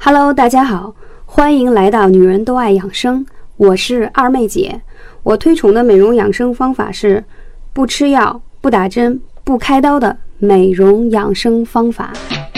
Hello， 大家好，欢迎来到女人都爱养生，我是二妹姐。我推崇的美容养生方法是不吃药、不打针、不开刀的美容养生方法。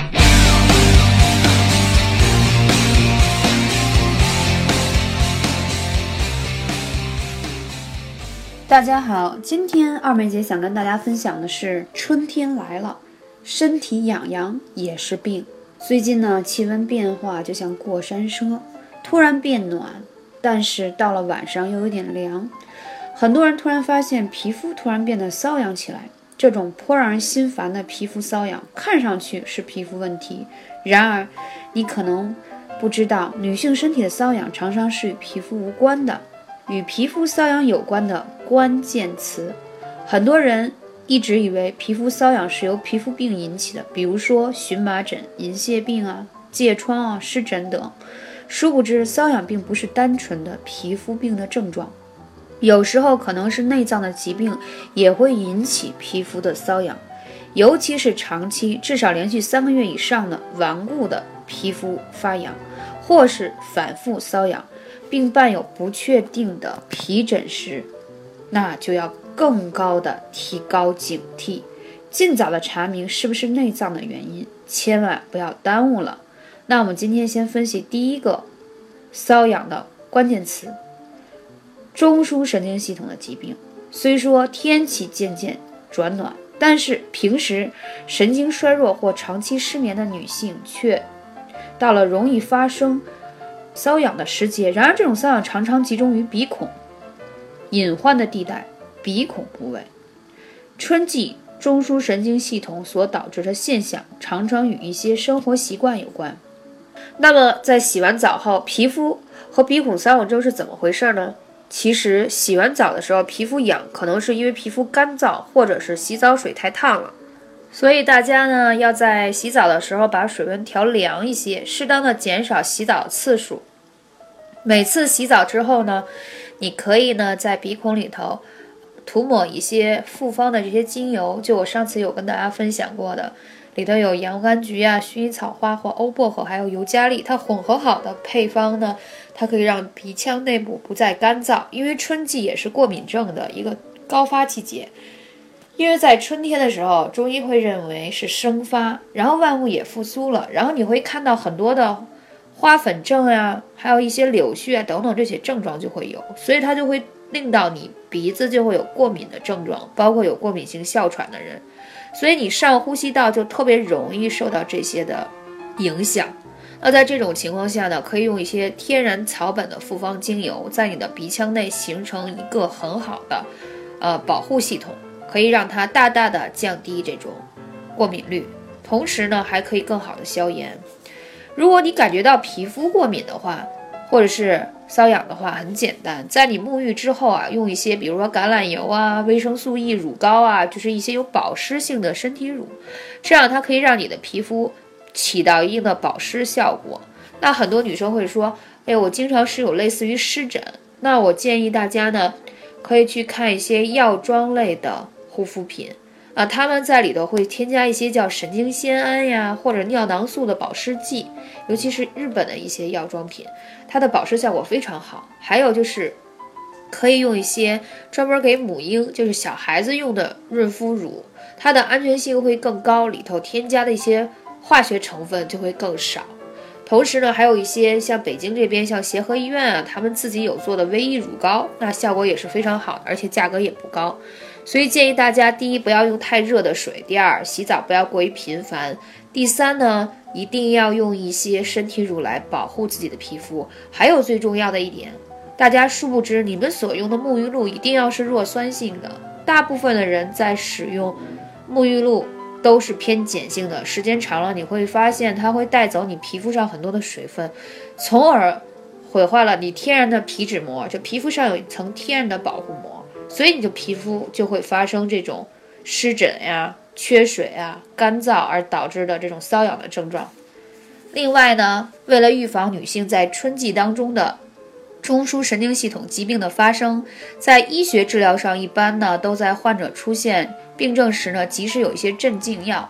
大家好，今天二妹姐想跟大家分享的是春天来了，身体痒痒也是病。最近呢，气温变化就像过山车，突然变暖，但是到了晚上又有点凉。很多人突然发现皮肤突然变得瘙痒起来，这种颇让人心烦的皮肤瘙痒，看上去是皮肤问题，然而你可能不知道，女性身体的瘙痒常常是与皮肤无关的，与皮肤瘙痒有关的关键词。很多人一直以为皮肤瘙痒是由皮肤病引起的，比如说荨麻疹、银屑病啊、疥疮啊、湿疹等。殊不知，瘙痒并不是单纯的皮肤病的症状，有时候可能是内脏的疾病也会引起皮肤的瘙痒，尤其是长期至少连续3个月以上的顽固的皮肤发痒，或是反复瘙痒，并伴有不确定的皮疹时，那就要更高的提高警惕，尽早的查明是不是内脏的原因，千万不要耽误了。那我们今天先分析第一个瘙痒的关键词，中枢神经系统的疾病。虽说天气渐渐转暖，但是平时神经衰弱或长期失眠的女性却到了容易发生瘙痒的时节。然而这种瘙痒常常集中于鼻孔隐患的地带，鼻孔部位。春季中枢神经系统所导致的现象常常与一些生活习惯有关。那么在洗完澡后，皮肤和鼻孔瘙痒症是怎么回事呢？其实洗完澡的时候皮肤痒，可能是因为皮肤干燥，或者是洗澡水太烫了。所以大家呢，要在洗澡的时候把水温调凉一些，适当的减少洗澡次数。每次洗澡之后呢，你可以呢在鼻孔里头涂抹一些复方的这些精油，就我上次有跟大家分享过的，里头有洋甘菊啊、薰衣草花或欧薄荷，还有尤加利，它混合好的配方呢，它可以让鼻腔内部不再干燥。因为春季也是过敏症的一个高发季节，因为在春天的时候，中医会认为是生发，然后万物也复苏了，然后你会看到很多的花粉症啊，还有一些柳絮啊等等这些症状就会有，所以它就会令到你鼻子就会有过敏的症状，包括有过敏性哮喘的人，所以你上呼吸道就特别容易受到这些的影响。那在这种情况下呢，可以用一些天然草本的复方精油，在你的鼻腔内形成一个很好的保护系统，可以让它大大的降低这种过敏率，同时呢还可以更好的消炎。如果你感觉到皮肤过敏的话，或者是瘙痒的话，很简单，在你沐浴之后啊，用一些比如说橄榄油啊、维生素 E 乳膏啊，就是一些有保湿性的身体乳，这样它可以让你的皮肤起到一定的保湿效果。那很多女生会说，我经常是有类似于湿疹，那我建议大家呢，可以去看一些药妆类的护肤品啊，他们在里头会添加一些叫神经酰胺呀或者尿囊素的保湿剂，尤其是日本的一些药妆品，它的保湿效果非常好。还有就是可以用一些专门给母婴，就是小孩子用的润肤乳，它的安全性会更高，里头添加的一些化学成分就会更少。同时呢，还有一些像北京这边像协和医院啊，他们自己有做的微益乳膏，那效果也是非常好的，而且价格也不高。所以建议大家，第一，不要用太热的水；第二，洗澡不要过于频繁；第三呢，一定要用一些身体乳来保护自己的皮肤。还有最重要的一点，大家殊不知，你们所用的沐浴露一定要是弱酸性的。大部分的人在使用沐浴露都是偏碱性的，时间长了你会发现它会带走你皮肤上很多的水分，从而毁坏了你天然的皮脂膜，就皮肤上有一层天然的保护膜，所以你的皮肤就会发生这种湿疹呀、缺水啊、干燥而导致的这种瘙痒的症状。另外呢，为了预防女性在春季当中的中枢神经系统疾病的发生，在医学治疗上一般呢都在患者出现病症时呢及时有一些镇静药，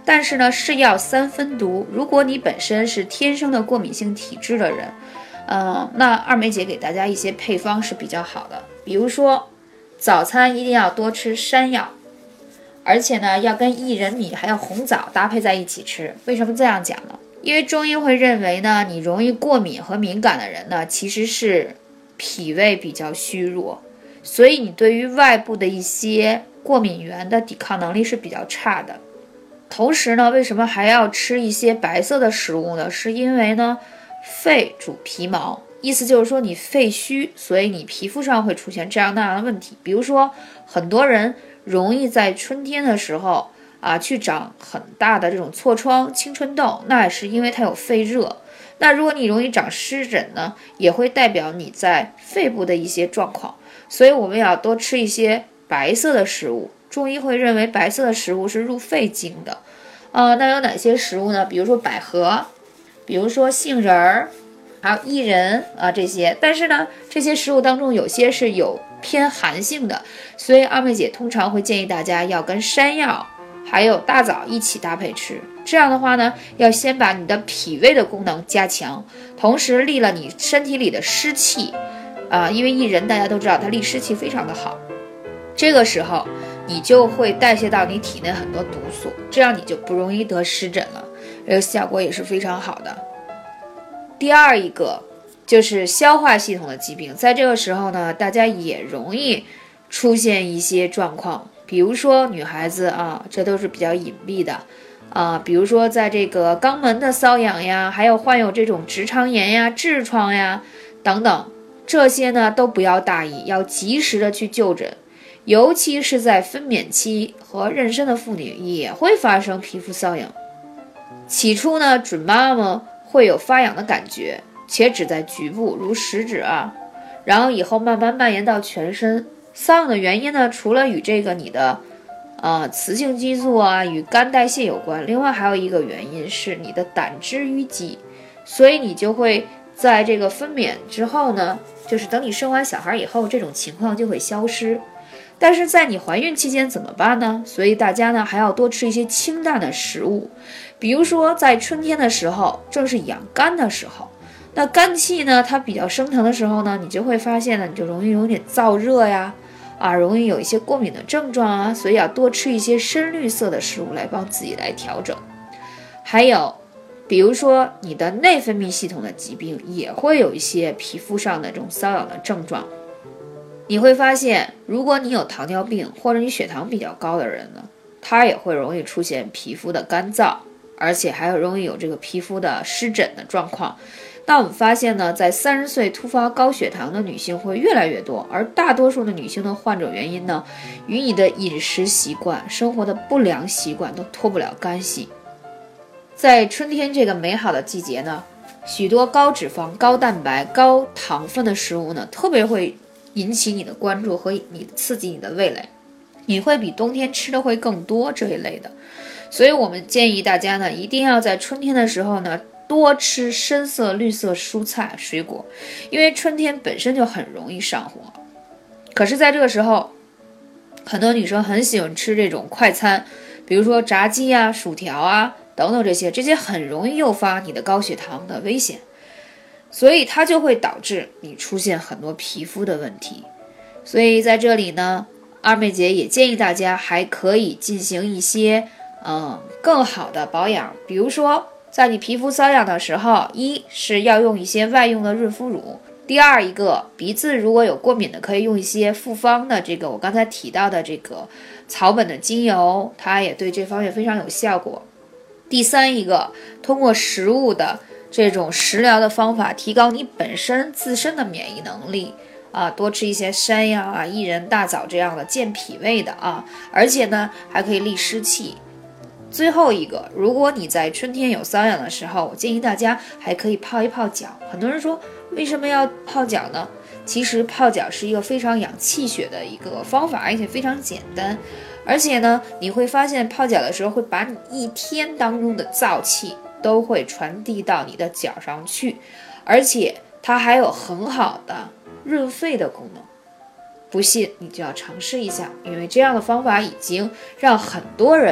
但是呢是药三分毒，如果你本身是天生的过敏性体质的人，那二梅姐给大家一些配方是比较好的，比如说早餐一定要多吃山药，而且呢要跟薏仁米还有红枣搭配在一起吃。为什么这样讲呢？因为中医会认为呢，你容易过敏和敏感的人呢，其实是脾胃比较虚弱，所以你对于外部的一些过敏源的抵抗能力是比较差的。同时呢，为什么还要吃一些白色的食物呢？是因为呢肺主皮毛，意思就是说你肺虚，所以你皮肤上会出现这样那样的问题。比如说很多人容易在春天的时候去长很大的这种痤疮、青春痘，那也是因为它有肺热。那如果你容易长湿疹呢，也会代表你在肺部的一些状况。所以我们要多吃一些白色的食物，中医会认为白色的食物是入肺经的。那有哪些食物呢？比如说百合，比如说杏仁儿，还有薏仁这些。但是呢，这些食物当中有些是有偏寒性的，所以二妹姐通常会建议大家要跟山药还有大枣一起搭配吃。这样的话呢，要先把你的脾胃的功能加强，同时利了你身体里的湿气因为薏仁大家都知道它利湿气非常的好，这个时候你就会代谢到你体内很多毒素，这样你就不容易得湿疹了，这个效果也是非常好的。第二一个就是消化系统的疾病，在这个时候呢，大家也容易出现一些状况，比如说女孩子这都是比较隐蔽的比如说在这个肛门的瘙痒呀，还有患有这种直肠炎呀、痔疮呀等等，这些呢都不要大意，要及时的去就诊。尤其是在分娩期和妊娠的妇女也会发生皮肤瘙痒，起初呢准妈妈会有发痒的感觉，且只在局部如食指然后以后慢慢蔓延到全身。瘙痒的原因呢，除了与这个你的雌性激素与肝代谢有关，另外还有一个原因是你的胆汁淤积，所以你就会在这个分娩之后呢，就是等你生完小孩以后，这种情况就会消失。但是在你怀孕期间怎么办呢？所以大家呢还要多吃一些清淡的食物，比如说在春天的时候，正是养肝的时候，那肝气呢它比较升腾的时候呢，你就会发现呢，你就容易有点燥热呀，容易有一些过敏的症状所以要多吃一些深绿色的食物来帮自己来调整。还有比如说你的内分泌系统的疾病也会有一些皮肤上的这种瘙痒的症状。你会发现如果你有糖尿病或者你血糖比较高的人呢，他也会容易出现皮肤的干燥，而且还容易有这个皮肤的湿疹的状况。那我们发现呢，在30岁突发高血糖的女性会越来越多，而大多数的女性的患者原因呢，与你的饮食习惯、生活的不良习惯都脱不了干系。在春天这个美好的季节呢，许多高脂肪、高蛋白、高糖分的食物呢，特别会引起你的关注和刺激你的味蕾，你会比冬天吃的会更多这一类的。所以我们建议大家呢，一定要在春天的时候呢，多吃深色绿色蔬菜水果，因为春天本身就很容易上火。可是在这个时候，很多女生很喜欢吃这种快餐，比如说炸鸡薯条等等，这些很容易诱发你的高血糖的危险，所以它就会导致你出现很多皮肤的问题。所以在这里呢，二妹姐也建议大家还可以进行一些更好的保养，比如说在你皮肤瘙痒的时候，一是要用一些外用的润肤乳，第二一个鼻子如果有过敏的，可以用一些复方的这个我刚才提到的这个草本的精油，它也对这方面非常有效果。第三一个，通过食物的这种食疗的方法，提高你本身自身的免疫能力多吃一些山药薏仁、大枣这样的健脾胃的而且呢还可以利湿气。最后一个，如果你在春天有瘙痒的时候，我建议大家还可以泡一泡脚。很多人说为什么要泡脚呢？其实泡脚是一个非常养气血的一个方法，而且非常简单。而且呢，你会发现泡脚的时候会把你一天当中的燥气都会传递到你的脚上去，而且它还有很好的润肺的功能。不信你就要尝试一下，因为这样的方法已经让很多人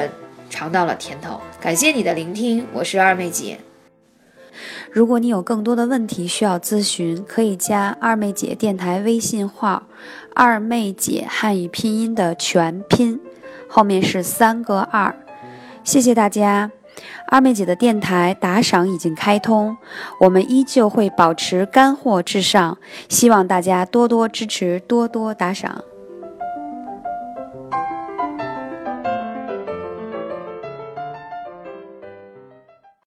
尝到了甜头。感谢你的聆听，我是二妹姐。如果你有更多的问题需要咨询，可以加二妹姐电台微信号，二妹姐汉语拼音的全拼，后面是3个2。谢谢大家。二妹姐的电台打赏已经开通，我们依旧会保持干货至上，希望大家多多支持，多多打赏。